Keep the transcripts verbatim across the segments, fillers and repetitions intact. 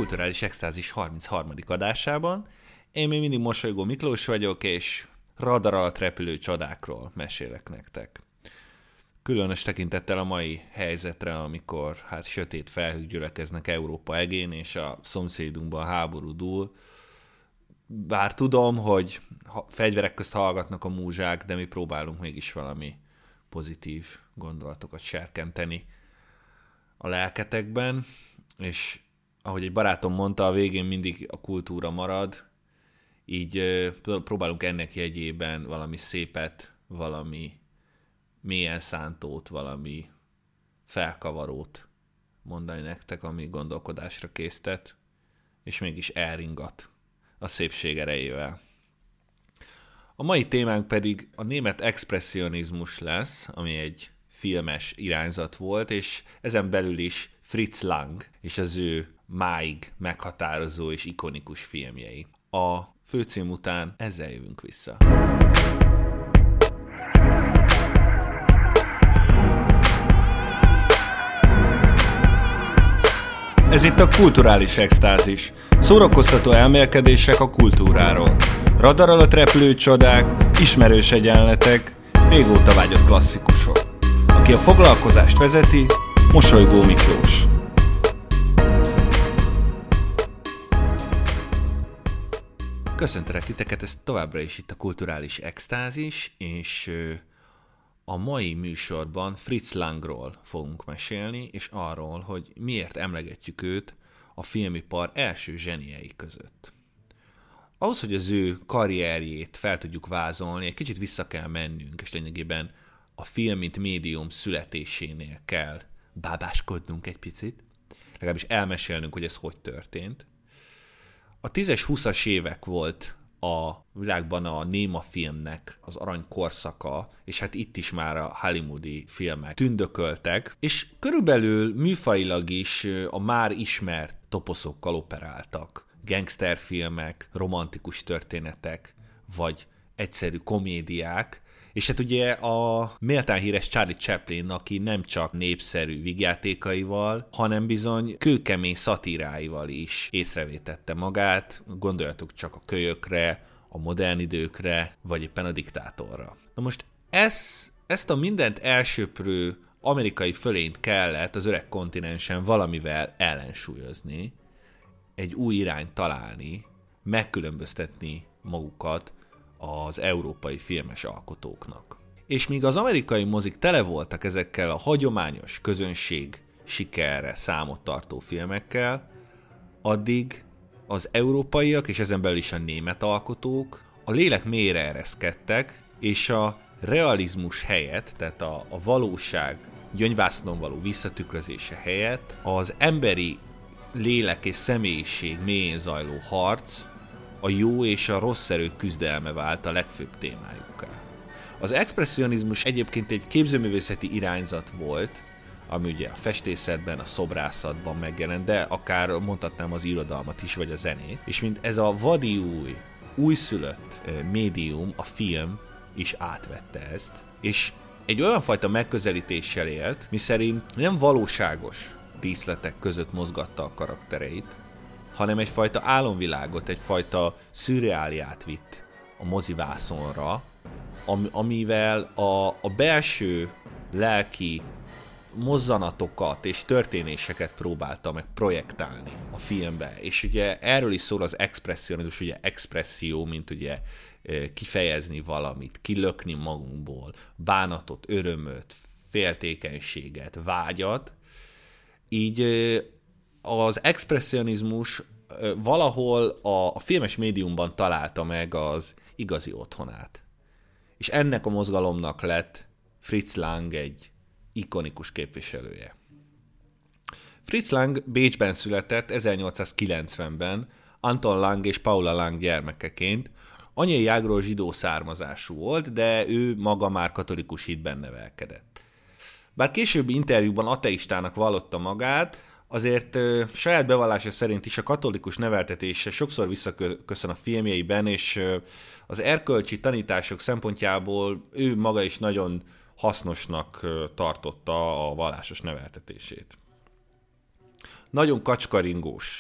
Kulturális Extázis harmincharmadik adásában. Én még mindig Mosolygó Miklós vagyok, és radar alatt repülő csodákról mesélek nektek. Különös tekintettel a mai helyzetre, amikor hát sötét felhők gyülekeznek Európa egén, és a szomszédunkban háború dúl. Bár tudom, hogy fegyverek közt hallgatnak a múzsák, de mi próbálunk mégis valami pozitív gondolatokat serkenteni a lelketekben, és ahogy egy barátom mondta, a végén mindig a kultúra marad, így próbálunk ennek jegyében valami szépet, valami mélyen szántót, valami felkavarót mondani nektek, ami gondolkodásra késztet, és mégis elringat a szépség erejével. A mai témánk pedig a német expresszionizmus lesz, ami egy filmes irányzat volt, és ezen belül is Fritz Lang és az ő máig meghatározó és ikonikus filmjei. A főcím után ezzel jövünk vissza. Ez itt a Kulturális Extázis. Szórakoztató elmélkedések a kultúráról. Radar alatt repülő csodák, ismerős egyenletek, régóta vágyott klasszikusok. Aki a foglalkozást vezeti, Mosolygó Miklós. Köszöntelek titeket, ez továbbra is itt a Kulturális Extázis, és a mai műsorban Fritz Langról fogunk mesélni, és arról, hogy miért emlegetjük őt a filmipar első zseniei között. Ahhoz, hogy az ő karrierjét fel tudjuk vázolni, egy kicsit vissza kell mennünk, és lényegében a film, mint médium születésénél kell bábáskodnunk egy picit, legalábbis elmesélnünk, hogy ez hogy történt. A tízes-húszas évek volt a világban a néma filmnek az arany korszaka, és hát itt is már a hollywoodi filmek tündököltek, és körülbelül műfajilag is a már ismert toposzokkal operáltak. Gangsterfilmek, romantikus történetek, vagy egyszerű komédiák, és hát ugye a méltán híres Charlie Chaplin, aki nem csak népszerű vígjátékaival, hanem bizony kőkemény szatíráival is észrevétette magát, gondoljatok csak a kölyökre, a modern időkre, vagy éppen a diktátorra. Na most ez, ezt a mindent elsöprő amerikai fölényt kellett az öreg kontinensen valamivel ellensúlyozni, egy új irányt találni, megkülönböztetni magukat az európai filmes alkotóknak. És míg az amerikai mozik tele voltak ezekkel a hagyományos közönség sikerre számot tartó filmekkel, addig az európaiak, és ezen belül is a német alkotók a lélek mélyre ereszkedtek, és a realizmus helyett, tehát a, a valóság gyöngyvásznon való visszatükrözése helyett az emberi lélek és személyiség mélyén zajló harc, a jó és a rossz erők küzdelme vált a legfőbb témájukká. Az expresszionizmus egyébként egy képzőművészeti irányzat volt, ami ugye a festészetben, a szobrászatban megjelent, de akár mondhatnám az irodalmat is, vagy a zenét, és mint ez a vadi új, újszülött médium, a film is átvette ezt, és egy olyan fajta megközelítéssel élt, miszerint nem valóságos díszletek között mozgatta a karaktereit, hanem egyfajta álomvilágot, egyfajta szürreáliát vitt a mozivászonra, am- amivel a, a belső lelki mozzanatokat és történéseket próbálta meg projektálni a filmbe. És ugye erről is szól az expresszionizmus, ugye expresszió, mint ugye kifejezni valamit, kilökni magunkból, bánatot, örömöt, féltékenységet, vágyat. Így az expresszionizmus valahol a filmes médiumban találta meg az igazi otthonát. És ennek a mozgalomnak lett Fritz Lang egy ikonikus képviselője. Fritz Lang Bécsben született ezernyolcszázkilencvenben, Anton Lang és Paula Lang gyermekeként. Anyai ágról zsidó származású volt, de ő maga már katolikus hitben nevelkedett. Bár későbbi interjúban ateistának vallotta magát, azért ö, saját bevallása szerint is a katolikus neveltetése sokszor visszaköszön a filmjeiben, és ö, az erkölcsi tanítások szempontjából ő maga is nagyon hasznosnak ö, tartotta a vallásos neveltetését. Nagyon kacskaringós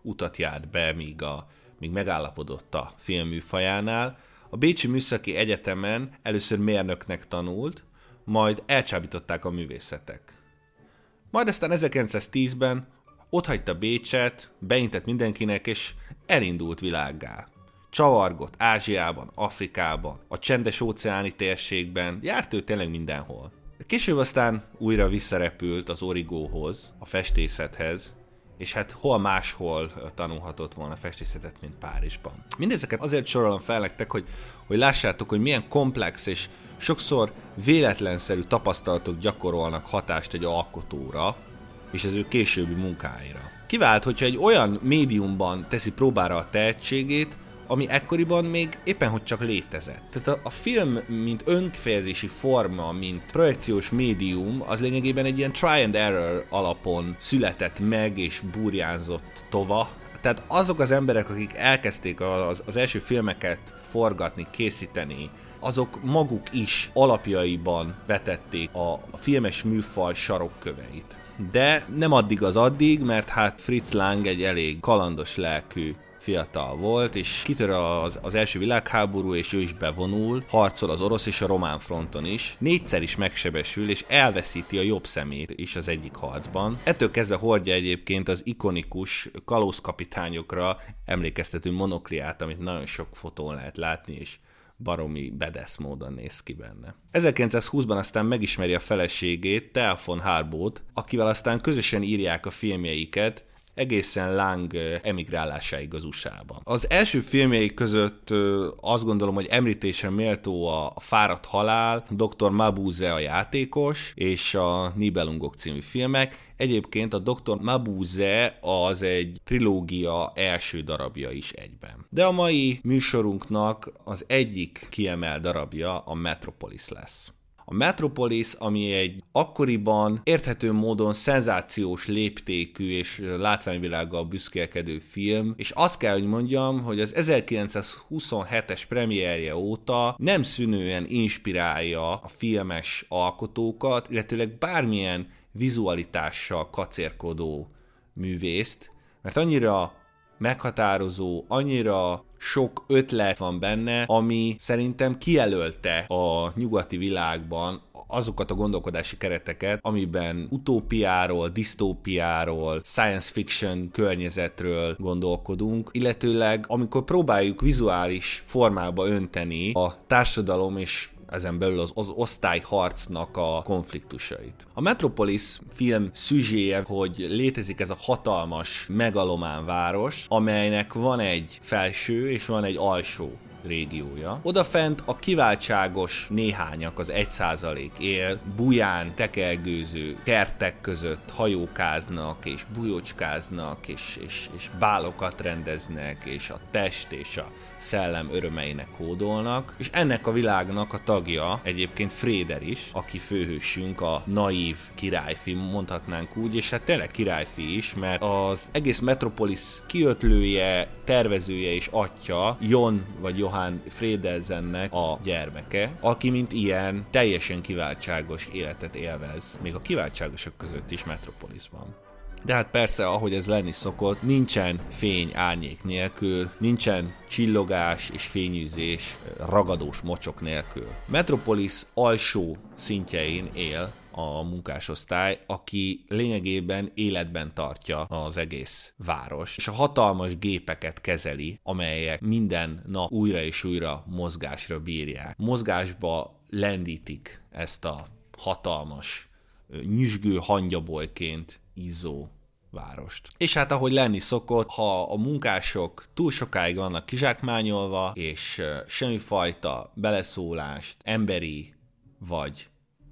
utat járt be, míg, a, míg megállapodott a filmműfajánál. A Bécsi Műszaki Egyetemen először mérnöknek tanult, majd elcsábították a művészetek. Majd aztán ezerkilencszáztízben otthagyta Bécset, beintett mindenkinek, és elindult világgá. Csavargott Ázsiában, Afrikában, a csendes-óceáni térségben, járt ő tényleg mindenhol. Később aztán újra visszarepült az origóhoz, a festészethez, és hát hol máshol tanulhatott volna festészetet, mint Párizsban. Mindezeket azért sorolom fel nektek, hogy, hogy lássátok, hogy milyen komplex és sokszor véletlenszerű tapasztalatok gyakorolnak hatást egy alkotóra, és az ő későbbi munkáira. Kivált, hogyha egy olyan médiumban teszi próbára a tehetségét, ami ekkoriban még éppen hogy csak létezett. Tehát a, a film, mint önkifejezési forma, mint projekciós médium, az lényegében egy ilyen try and error alapon született meg és burjánzott tova. Tehát azok az emberek, akik elkezdték az, az első filmeket forgatni, készíteni, azok maguk is alapjaiban vetették a, a filmes műfaj sarokköveit. De nem addig az addig, mert hát Fritz Lang egy elég kalandos lelkű fiatal volt, és kitör az, az első világháború, és ő is bevonul, harcol az orosz és a román fronton is, négyszer is megsebesül, és elveszíti a jobb szemét is az egyik harcban. Ettől kezdve hordja egyébként az ikonikus kalózkapitányokra emlékeztető monokliát, amit nagyon sok fotón lehet látni, és baromi bedesz módon néz ki benne. ezerkilencszázhúszban aztán megismeri a feleségét, Thea von Harbót, akivel aztán közösen írják a filmjeiket, egészen Lang emigrálásáig az u es á-ban. Az első filmjei között azt gondolom, hogy említésre méltó a Fáradt halál, doktor Mabuse a játékos, és a Nibelungok című filmek. Egyébként a doktor Mabuse az egy trilógia első darabja is egyben. De a mai műsorunknak az egyik kiemelt darabja a Metropolis lesz. A Metropolis, ami egy akkoriban érthető módon szenzációs léptékű és látványvilággal büszkélkedő film, és azt kell, hogy mondjam, hogy az ezerkilencszázhuszonhetes premierje óta nem szűnően inspirálja a filmes alkotókat, illetőleg bármilyen vizualitással kacérkodó művészt, mert annyira meghatározó, annyira sok ötlet van benne, ami szerintem kijelölte a nyugati világban azokat a gondolkodási kereteket, amiben utópiáról, disztópiáról, science fiction környezetről gondolkodunk, illetőleg amikor próbáljuk vizuális formába önteni a társadalom és ezen belül az, az osztályharcnak a konfliktusait. A Metropolis film szüzséje, hogy létezik ez a hatalmas megalomán város, amelynek van egy felső és van egy alsó régiója. Odafent a kiváltságos néhányak, az egy százalék él, buján tekelgőző kertek között hajókáznak, és bujócskáznak, és, és, és bálokat rendeznek, és a test és a szellem örömeinek hódolnak, és ennek a világnak a tagja egyébként Fréder is, aki főhősünk, a naív királyfi, mondhatnánk úgy, és hát tényleg királyfi is, mert az egész Metropolis kiötlője, tervezője és atya Jon vagy Johann Fredersennek a gyermeke, aki mint ilyen teljesen kiváltságos életet élvez, még a kiváltságosok között is Metropolisban. De hát persze, ahogy ez lenni szokott, nincsen fény árnyék nélkül, nincsen csillogás és fényűzés ragadós mocsok nélkül. Metropolis alsó szintjein él a munkásosztály, aki lényegében életben tartja az egész város, és a hatalmas gépeket kezeli, amelyek minden nap újra és újra mozgásra bírják. Mozgásba lendítik ezt a hatalmas, nyüzsgő hangyabolyként izzó várost. És hát ahogy lenni szokott, ha a munkások túl sokáig vannak kizsákmányolva, és semmifajta beleszólást, emberi vagy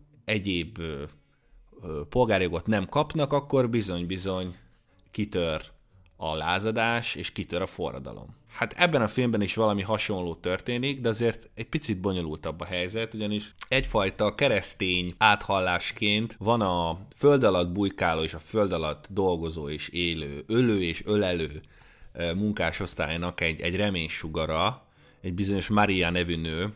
egyéb ö, ö, polgárjogot nem kapnak, akkor bizony-bizony kitör a lázadás, és kitör a forradalom. Hát ebben a filmben is valami hasonló történik, de azért egy picit bonyolultabb a helyzet, ugyanis egyfajta keresztény áthallásként van a föld alatt bujkáló és a föld alatt dolgozó és élő, ölő és ölelő munkásosztálynak egy, egy reménysugara, egy bizonyos Maria nevű nő,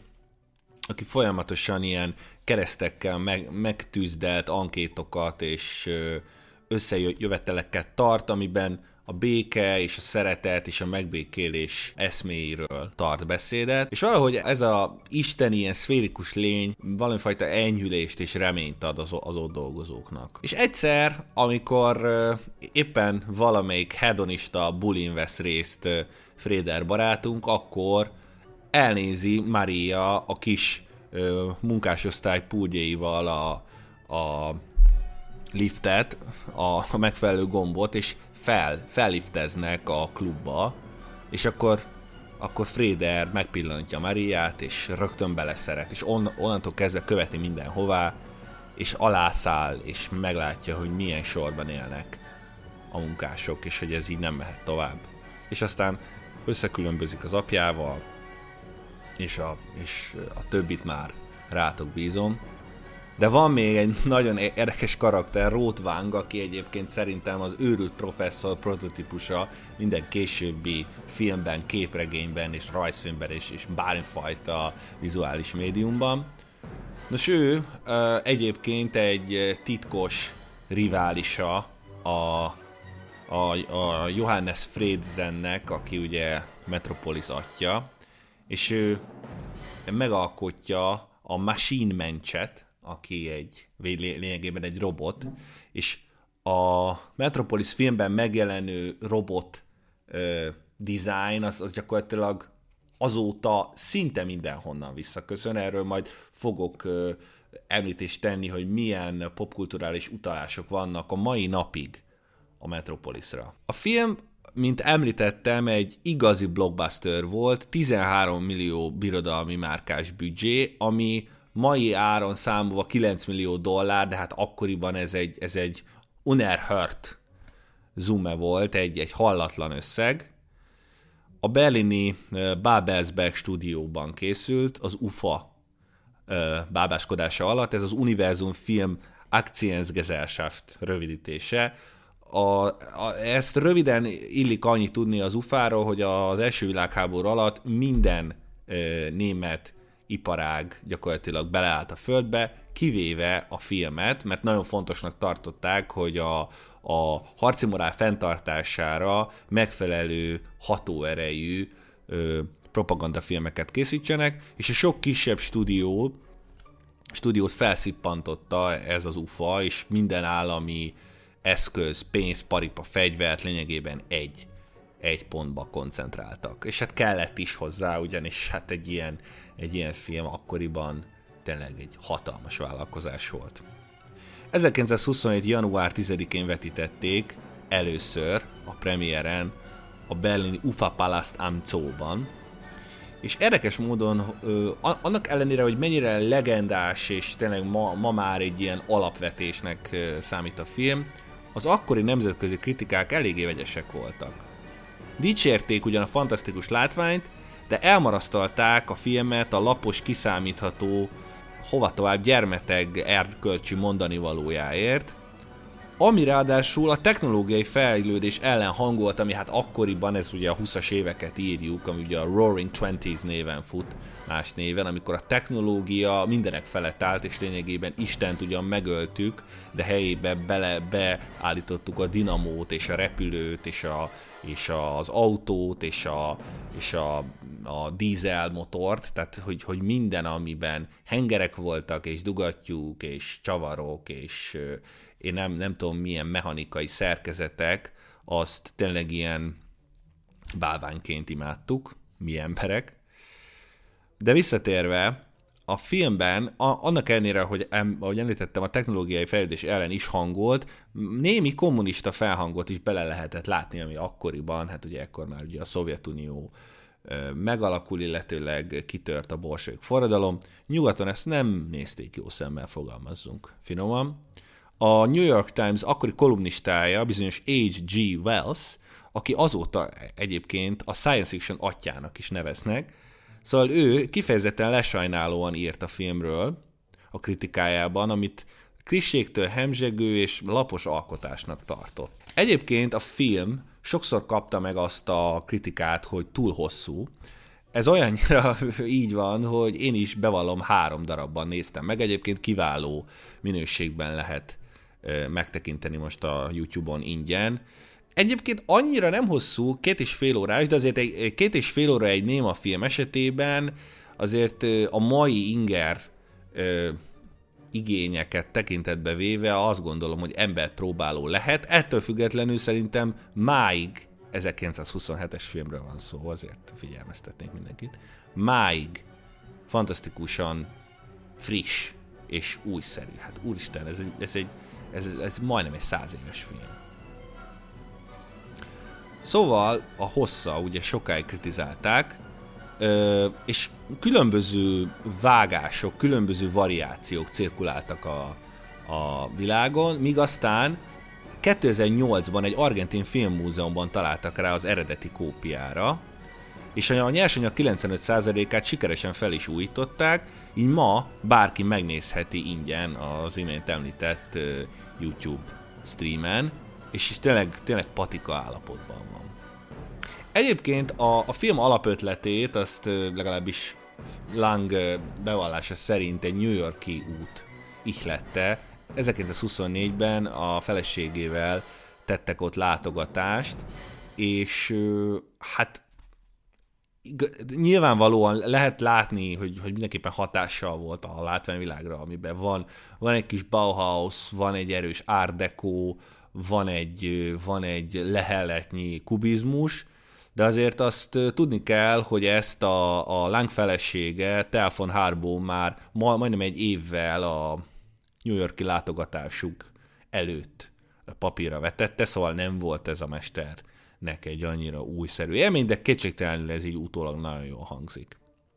aki folyamatosan ilyen keresztekkel meg, megtűzdelt ankétokat és összejöveteleket tart, amiben a béke és a szeretet és a megbékélés eszméiről tart beszédet, és valahogy ez a isteni ilyen szférikus lény valamifajta enyhülést és reményt ad az, az ott dolgozóknak. És egyszer, amikor uh, éppen valamelyik hedonista bulin vesz részt uh, Fréder barátunk, akkor elnézi Maria a kis uh, munkásosztály púdjaival a, a liftet, a, a megfelelő gombot, és fel, fellifteznek a klubba, és akkor, akkor Fréder megpillantja Mariát, és rögtön beleszeret, és on, onnantól kezdve követi mindenhová, és alászáll, és meglátja, hogy milyen sorban élnek a munkások, és hogy ez így nem mehet tovább. És aztán összekülönbözik az apjával, és a, és a többit már rátok bízom. De van még egy nagyon érdekes karakter, Ruth Wang, aki egyébként szerintem az őrült professzor prototípusa minden későbbi filmben, képregényben és rajzfilmben és, és bármifajta vizuális médiumban. Nos, ő uh, egyébként egy titkos riválisa a, a, a Johannes Fredsennek, aki ugye Metropolis atya, és ő megalkotja a Machine Menchet, aki egy lényegében egy robot, és a Metropolis filmben megjelenő robot ö, design az, az gyakorlatilag azóta szinte mindenhonnan visszaköszön. Erről majd fogok ö, említést tenni, hogy milyen popkulturális utalások vannak a mai napig a Metropolisra. A film, mint említettem, egy igazi blockbuster volt, tizenhárom millió birodalmi márkás büdzsé, ami mai áron számolva kilenc millió dollár, de hát akkoriban ez egy, ez egy unerhört zume volt, egy, egy hallatlan összeg. A berlini Babelsberg stúdióban készült, az u ef á bábáskodása alatt, ez az Universum Film Aktiengesellschaft rövidítése. A, a, ezt röviden illik annyit tudni az u ef á-ról, hogy az első világháború alatt minden ö, német iparág gyakorlatilag beleállt a földbe, kivéve a filmet, mert nagyon fontosnak tartották, hogy a, a harci morál fenntartására megfelelő hatóerejű ö, propagandafilmeket készítsenek, és a sok kisebb stúdió, stúdiót felszippantotta ez az u ef á, és minden állami eszköz, pénz, paripa, fegyvert lényegében egy, egy pontba koncentráltak. És hát kellett is hozzá, ugyanis hát egy ilyen Egy ilyen film akkoriban tényleg egy hatalmas vállalkozás volt. ezerkilencszázhuszonhét. január tizedikén vetítették először a premiéren a berlini u ef á Palast am Zoo-ban, és érdekes módon ö, annak ellenére, hogy mennyire legendás és tényleg ma, ma már egy ilyen alapvetésnek ö, számít a film, az akkori nemzetközi kritikák eléggé vegyesek voltak. Dicsérték ugyan a fantasztikus látványt, de elmarasztalták a filmet a lapos, kiszámítható, hova tovább gyermeteg erkölcsi mondani valójáért, ami ráadásul a technológiai fejlődés ellen hangolt, ami hát akkoriban, ez ugye a huszas éveket írjuk, ami ugye a Roaring Twenties néven fut, más néven, amikor a technológia mindenek felett állt, és lényegében Istent ugyan megöltük, de helyébe bele, beállítottuk a dinamót, és a repülőt, és, a, és az autót, és a, és a, a dízelmotort, tehát hogy, hogy minden, amiben hengerek voltak, és dugattyúk, és csavarok, és én nem, nem tudom milyen mechanikai szerkezetek, azt tényleg ilyen bálványként imádtuk, mi emberek. De visszatérve, a filmben, a, annak ellenére, hogy em, ahogy említettem, a technológiai fejlődés ellen is hangolt, némi kommunista felhangot is bele lehetett látni, ami akkoriban, hát ugye ekkor már ugye a Szovjetunió ö, megalakul, illetőleg kitört a bolsevik forradalom. Nyugaton ezt nem nézték jó szemmel, fogalmazzunk finoman. A New York Times akkori kolumnistája, bizonyos há gé. Wells, aki azóta egyébként a science fiction atyának is neveznek, szóval ő kifejezetten lesajnálóan írt a filmről a kritikájában, amit klisséktől hemzsegő és lapos alkotásnak tartott. Egyébként a film sokszor kapta meg azt a kritikát, hogy túl hosszú. Ez olyannyira így van, hogy én is bevallom, három darabban néztem meg, egyébként kiváló minőségben lehet megtekinteni most a YouTube-on ingyen. Egyébként annyira nem hosszú, két és fél órás, de azért egy, két és fél óra egy néma film esetében azért a mai inger ö, igényeket tekintetbe véve azt gondolom, hogy embert próbáló lehet. Ettől függetlenül szerintem máig ezerkilencszázhuszonhetes filmről van szó, azért figyelmeztetnék mindenkit. Máig fantasztikusan friss és újszerű. Hát úristen, ez egy, ez egy ez, ez majdnem egy száz éves film. Szóval a hossza ugye sokáig kritizálták, és különböző vágások, különböző variációk cirkuláltak a, a világon, míg aztán kétezer-nyolcban egy argentin filmmúzeumban találtak rá az eredeti kópiára, és a nyersanyag kilencvenöt százalékát sikeresen fel is újították, így ma bárki megnézheti ingyen az imént említett YouTube streamen, és tényleg, tényleg patika állapotban van. Egyébként a, a film alapötletét, azt legalábbis Lang bevallása szerint egy New York-i út ihlette. ezerkilencszázhuszonnégyben a feleségével tettek ott látogatást, és hát nyilvánvalóan lehet látni, hogy, hogy mindenképpen hatással volt a látványvilágra, amiben van, van egy kis Bauhaus, van egy erős Art Deco, van egy, van egy leheletnyi kubizmus, de azért azt tudni kell, hogy ezt a, a Lang felesége, Thea von Harbour már ma, majdnem egy évvel a New York-i látogatásuk előtt papírra vetette, szóval nem volt ez a mesternek egy annyira újszerű élmény, de kétségtelenül ez így utólag nagyon jól hangzik.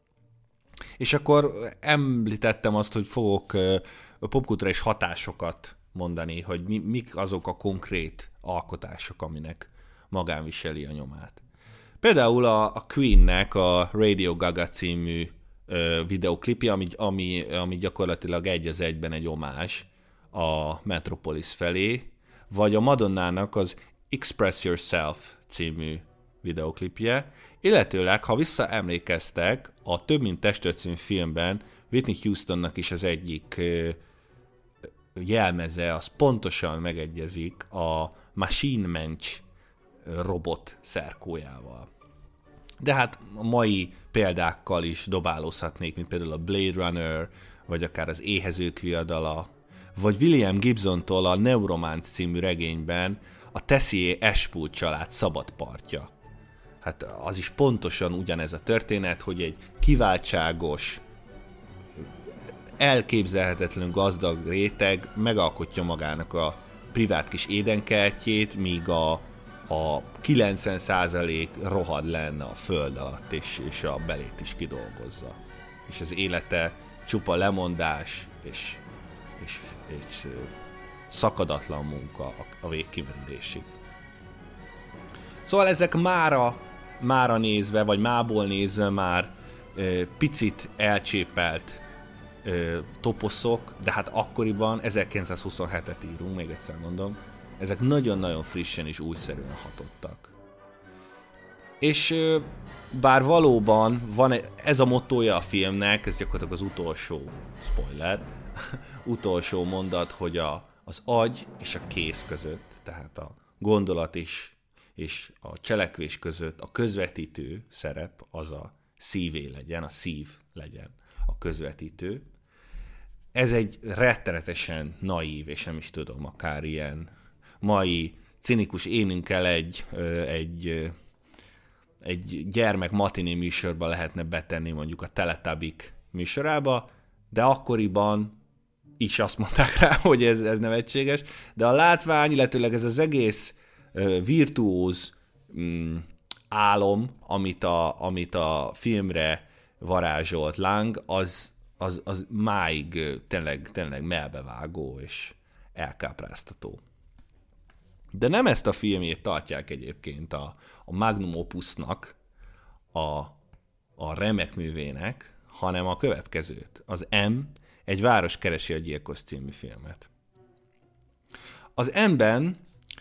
És akkor említettem azt, hogy fogok popkulturális hatásokat mondani, hogy mi, mik azok a konkrét alkotások, aminek magán viseli a nyomát. Például a, a Queennek a Radio Gaga című ö, videoklipje, ami, ami, ami gyakorlatilag egy az egyben egy omázs a Metropolis felé, vagy a Madonnának az Express Yourself című videoklipje, illetőleg, ha visszaemlékeztek, a Több mint testőr című filmben Whitney Houstonnak is az egyik ö, jelmeze, az pontosan megegyezik a Machine Mensch robot szerkójával. De hát a mai példákkal is dobálózhatnék, mint például a Blade Runner, vagy akár az Éhezők viadala, vagy William Gibsontól a Neuromance című regényben a Tessier Ashpool család szabad partja. Hát az is pontosan ugyanez a történet, hogy egy kiváltságos, elképzelhetetlenül gazdag réteg megalkotja magának a privát kis édenkertjét, míg a, a kilencven százalék rohad lenne a föld alatt, és, és a belét is kidolgozza. És az élete csupa lemondás, és, és, és szakadatlan munka a, a végkimerülésig. Szóval ezek mára, mára nézve, vagy mából nézve már e, picit elcsépelt e, toposzok, de hát akkoriban ezerkilencszázhuszonhetet írunk, még egyszer mondom, ezek nagyon-nagyon frissen és újszerűen hatottak. És e, bár valóban van ez a mottója a filmnek, ez gyakorlatilag az utolsó spoiler, utolsó mondat, hogy a, az agy és a kéz között, tehát a gondolat is és a cselekvés között a közvetítő szerep az a szívé legyen, a szív legyen a közvetítő. Ez egy rettenetesen naív, és nem is tudom, akár ilyen mai cinikus énünkkel egy, egy, egy gyermek matiné műsorba lehetne betenni mondjuk a Teletubbies műsorába, de akkoriban is azt mondták rá, hogy ez, ez nevetséges, de a látvány, illetőleg ez az egész virtuóz mm, álom, amit a, amit a filmre varázsolt Lang, az, az, az máig tényleg, tényleg melbevágó és elkápráztató. De nem ezt a filmjét tartják egyébként a, a magnum opusnak, a, a remek művének, hanem a következőt. Az M, egy város keresi a gyilkos című filmet. Az M-ben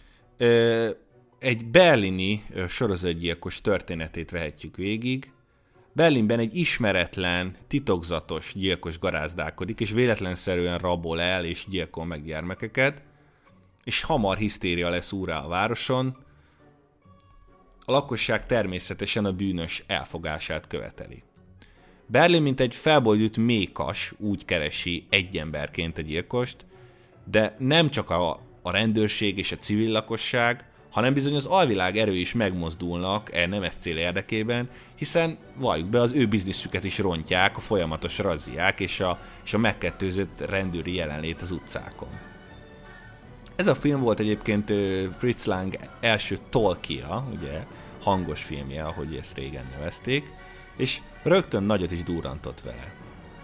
egy berlini sorozatgyilkos történetét vehetjük végig. Berlinben egy ismeretlen, titokzatos gyilkos garázdálkodik, és véletlenszerűen rabol el és gyilkol meg gyermekeket, és hamar hisztéria lesz úrrá a városon, a lakosság természetesen a bűnös elfogását követeli. Berlin, mint egy felbojdult mékas, úgy keresi egy emberként a gyilkost, de nem csak a, a rendőrség és a civil lakosság, hanem bizony az alvilág erő is megmozdulnak e nemes cél érdekében, hiszen valljuk be, az ő bizniszüket is rontják a folyamatos razziák és a, és a megkettőzött rendőri jelenlét az utcákon. Ez a film volt egyébként Fritz Lang első talkie, ugye hangos filmje, ahogy ezt régen nevezték, és rögtön nagyot is durrantott vele.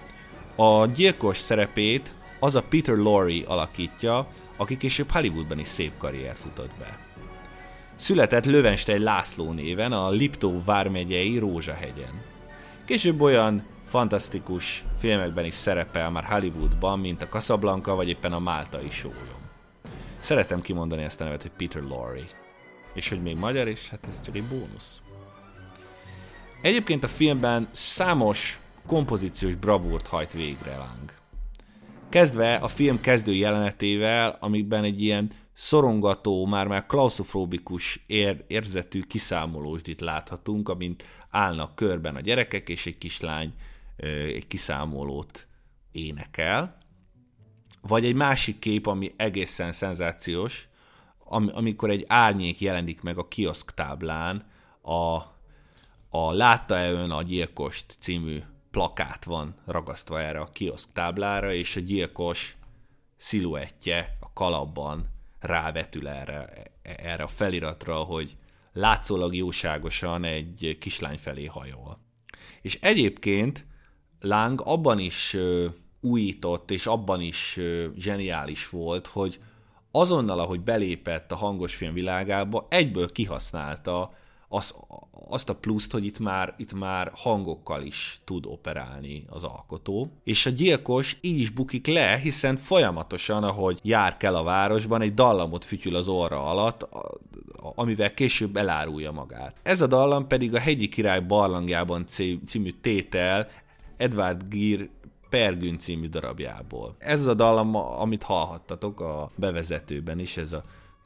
A gyilkos szerepét az a Peter Lorre alakítja, aki később Hollywoodban is szép karriert futott be. Született Löwenstein László néven a Liptó vármegyei Rózsahegyen. Később olyan fantasztikus filmekben is szerepel már Hollywoodban, mint a Casablanca vagy éppen a Máltai sólyom. Szeretem kimondani ezt a nevet, hogy Peter Lorre. És hogy még magyar is, hát ez csak egy bónusz. Egyébként a filmben számos kompozíciós bravúrt hajt végre Lang. Kezdve a film kezdő jelenetével, amikben egy ilyen szorongató, már-már klauszofóbikus ér- érzetű kiszámolósdit láthatunk, amint állnak körben a gyerekek, és egy kislány egy kiszámolót énekel. Vagy egy másik kép, ami egészen szenzációs, am- amikor egy árnyék jelenik meg a kioszk táblán, a, a Látta-e ön a gyilkost című plakát van ragasztva erre a kioszk táblára, és a gyilkos sziluettje a kalapban rávetül erre, erre a feliratra, hogy látszólag jóságosan egy kislány felé hajol. És egyébként Lang abban is újított, és abban is zseniális volt, hogy azonnal, ahogy belépett a hangosfilm világába, egyből kihasználta az, azt a pluszt, hogy itt már, itt már hangokkal is tud operálni az alkotó. És a gyilkos így is bukik le, hiszen folyamatosan, ahogy jár kell a városban, egy dallamot fütyül az orra alatt, amivel később elárulja magát. Ez a dallam pedig a Hegyi király barlangjában című tétel Edvard Grieg Pergün című darabjából. Ez a dallam, amit hallhattatok a bevezetőben is, ez a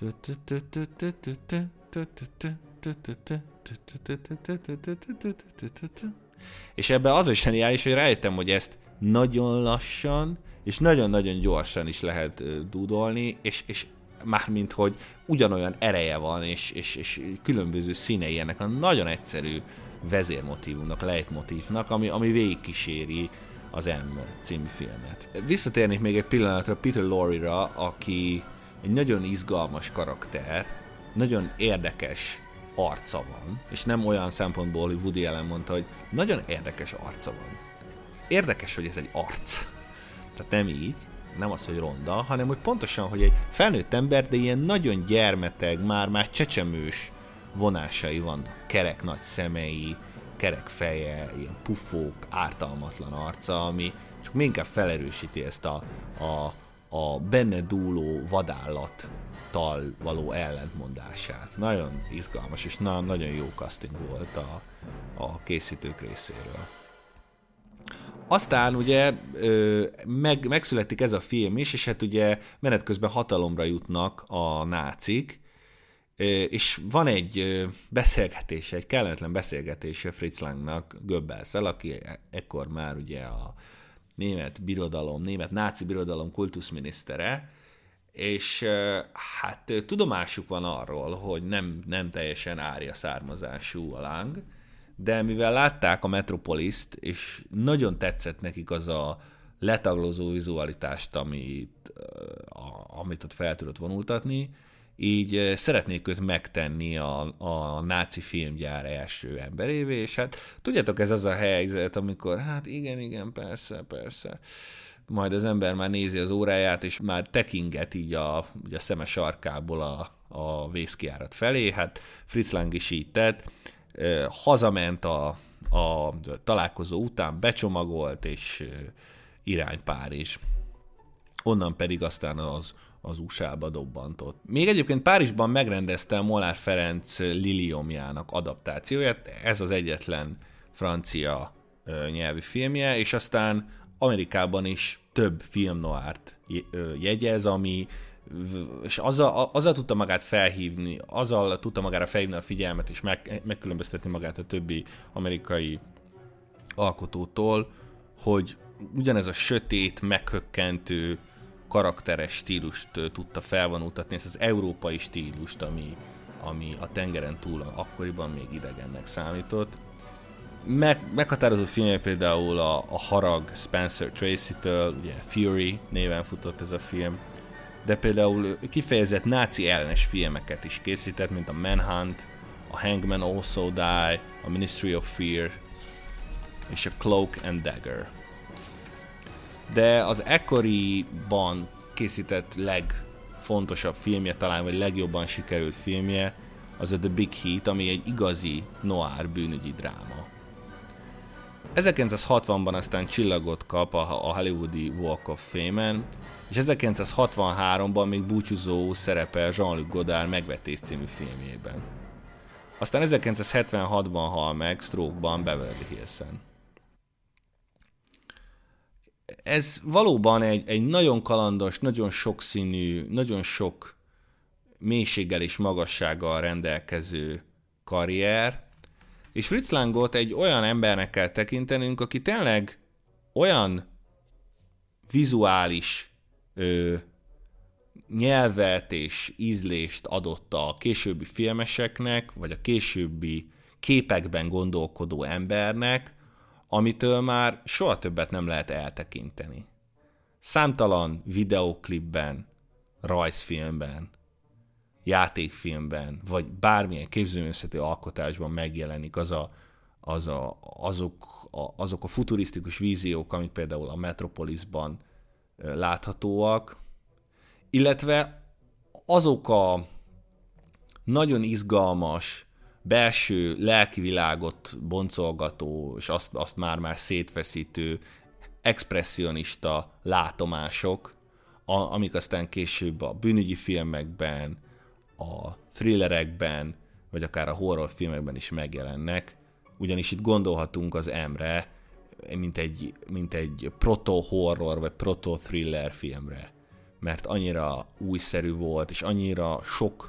és ebben az is zseniális, hogy rájöttem, hogy ezt nagyon lassan és nagyon-nagyon gyorsan is lehet dúdolni, és, és mármint, hogy ugyanolyan ereje van, és, és, és különböző színei ennek a nagyon egyszerű vezérmotívumnak, lejtmotívnak, ami, ami végigkíséri az M című filmet. Visszatérnék még egy pillanatra Peter Lorre-ra, aki egy nagyon izgalmas karakter, nagyon érdekes arca van, és nem olyan szempontból, hogy Woody Allen mondta, hogy nagyon érdekes arca van. Érdekes, hogy ez egy arc. Tehát nem így, nem az, hogy ronda, hanem hogy pontosan, hogy egy felnőtt ember, de ilyen nagyon gyermeteg, már-már csecsemős vonásai vannak. Kerek nagy szemei, kerek feje, ilyen pufók, ártalmatlan arca, ami csak még inkább felerősíti ezt a, a, a benne dúló vadállattal való ellentmondását. Nagyon izgalmas, és na, nagyon jó casting volt a, a készítők részéről. Aztán ugye meg, megszületik ez a film is, és hát ugye menet közben hatalomra jutnak a nácik, és van egy beszélgetése, egy kellemetlen beszélgetése Fritz Langnak Goebbelszel, aki ekkor már ugye a német birodalom, német náci birodalom kultuszminisztere, és hát tudomásuk van arról, hogy nem, nem teljesen árja származású a Lang, de mivel látták a Metropoliszt, és nagyon tetszett nekik az a letaglózó vizualitást, amit, amit ott fel tudott vonultatni, így szeretnék őt megtenni a, a náci filmgyár első emberévé, és hát tudjátok, ez az a helyzet, amikor hát igen, igen, persze, persze, majd az ember már nézi az óráját, és már tekinget így a, ugye a szeme sarkából a, a vészkijárat felé, hát Fritz Lang is így tett, hazament a, a találkozó után, becsomagolt, és irány Párizs. Onnan pedig aztán az, az u es á-ba dobbantott. Még egyébként Párizsban megrendezte a Molnár Ferenc Liliomjának adaptációját, ez az egyetlen francia nyelvű filmje, és aztán Amerikában is több film noirt jegyez, ami és azzal, azzal tudta magát felhívni, azzal tudta magára felhívni a figyelmet, és meg, megkülönböztetni magát a többi amerikai alkotótól, hogy ugyanez a sötét, meghökkentő, karakteres stílust tudta felvonultatni, ezt az európai stílust, ami, ami a tengeren túl akkoriban még idegennek számított. Meg, meghatározó filmje például a, a Harag Spencer Tracy-től, ugye Fury néven futott ez a film, de például kifejezett náci ellenes filmeket is készített, mint a Manhunt, a Hangman Also Die, a Ministry of Fear és a Cloak and Dagger. De az ekkoriban készített legfontosabb filmje, talán vagy legjobban sikerült filmje, az a The Big Heat, ami egy igazi noir bűnügyi dráma. ezerkilencszázhatvanban aztán csillagot kap a Hollywoodi Walk of Fame-en, és ezerkilencszázhatvanháromban még búcsúzó szerepel Jean-Luc Godard Megvetés című filmjében. Aztán ezerkilencszázhetvenhatban hal meg stroke-ban Beverly Hills-en. Ez valóban egy, egy nagyon kalandos, nagyon sokszínű, nagyon sok mélységgel és magassággal rendelkező karrier, és Fritz Langot egy olyan embernek kell tekintenünk, aki tényleg olyan vizuális ö, nyelvet és ízlést adott a későbbi filmeseknek, vagy a későbbi képekben gondolkodó embernek, amitől már soha többet nem lehet eltekinteni. Számtalan videóklipben, rajzfilmben, játékfilmben, vagy bármilyen képzőművészeti alkotásban megjelenik az a, az a, azok, a, azok a futurisztikus víziók, amik például a Metropolisban láthatóak, illetve azok a nagyon izgalmas, belső lelkivilágot boncolgató, és azt, azt már-már szétfeszítő, expresszionista látomások, a, amik aztán később a bűnügyi filmekben, a thrillerekben, vagy akár a horrorfilmekben is megjelennek, ugyanis itt gondolhatunk az M-re, mint egy, mint egy proto-horror, vagy proto-thriller filmre, mert annyira újszerű volt, és annyira sok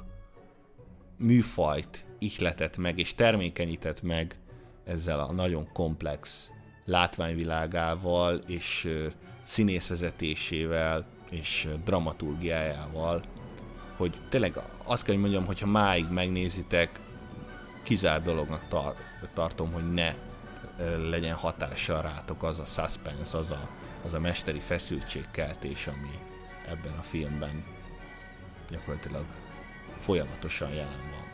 műfajt ihletett meg, és termékenyített meg ezzel a nagyon komplex látványvilágával, és színészvezetésével, és dramaturgiájával, hogy tényleg azt kell, hogy mondjam, hogyha máig megnézitek, kizárt dolognak tar- tartom, hogy ne legyen hatással rátok az a suspense, az a, az a mesteri feszültségkeltés, ami ebben a filmben gyakorlatilag folyamatosan jelen van.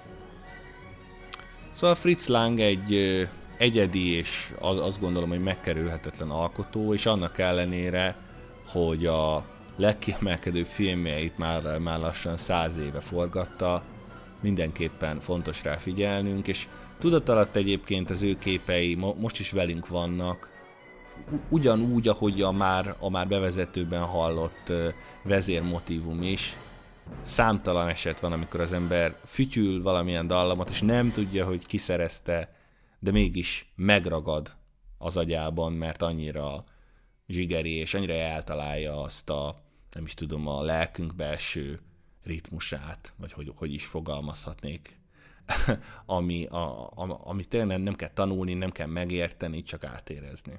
Szóval Fritz Lang egy ö, egyedi és az, azt gondolom, hogy megkerülhetetlen alkotó, és annak ellenére, hogy a legkiemelkedőbb filmjeit már, már lassan száz éve forgatta, mindenképpen fontos rá figyelnünk, és tudatalatt egyébként az ő képei mo- most is velünk vannak, ugyanúgy, ahogy a már, a már bevezetőben hallott uh, vezérmotívum is. Számtalan eset van, amikor az ember fütyül valamilyen dallamot, és nem tudja, hogy ki szerezte, de mégis megragad az agyában, mert annyira zsigeri, és annyira eltalálja azt a, nem is tudom, a lelkünk belső ritmusát, vagy hogy, hogy is fogalmazhatnék, ami, a, a, amit tényleg nem kell tanulni, nem kell megérteni, csak átérezni.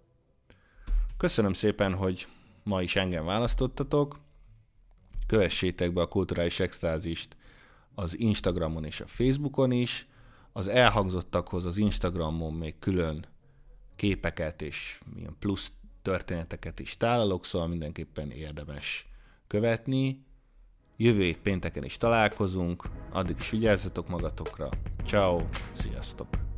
Köszönöm szépen, hogy ma is engem választottatok. Kövessétek be a Kulturális Extázist az Instagramon és a Facebookon is. Az elhangzottakhoz az Instagramon még külön képeket és milyen plusz történeteket is tálalok, szóval mindenképpen érdemes követni. Jövő hét pénteken is találkozunk, addig is vigyázzatok magatokra. Ciao, sziasztok!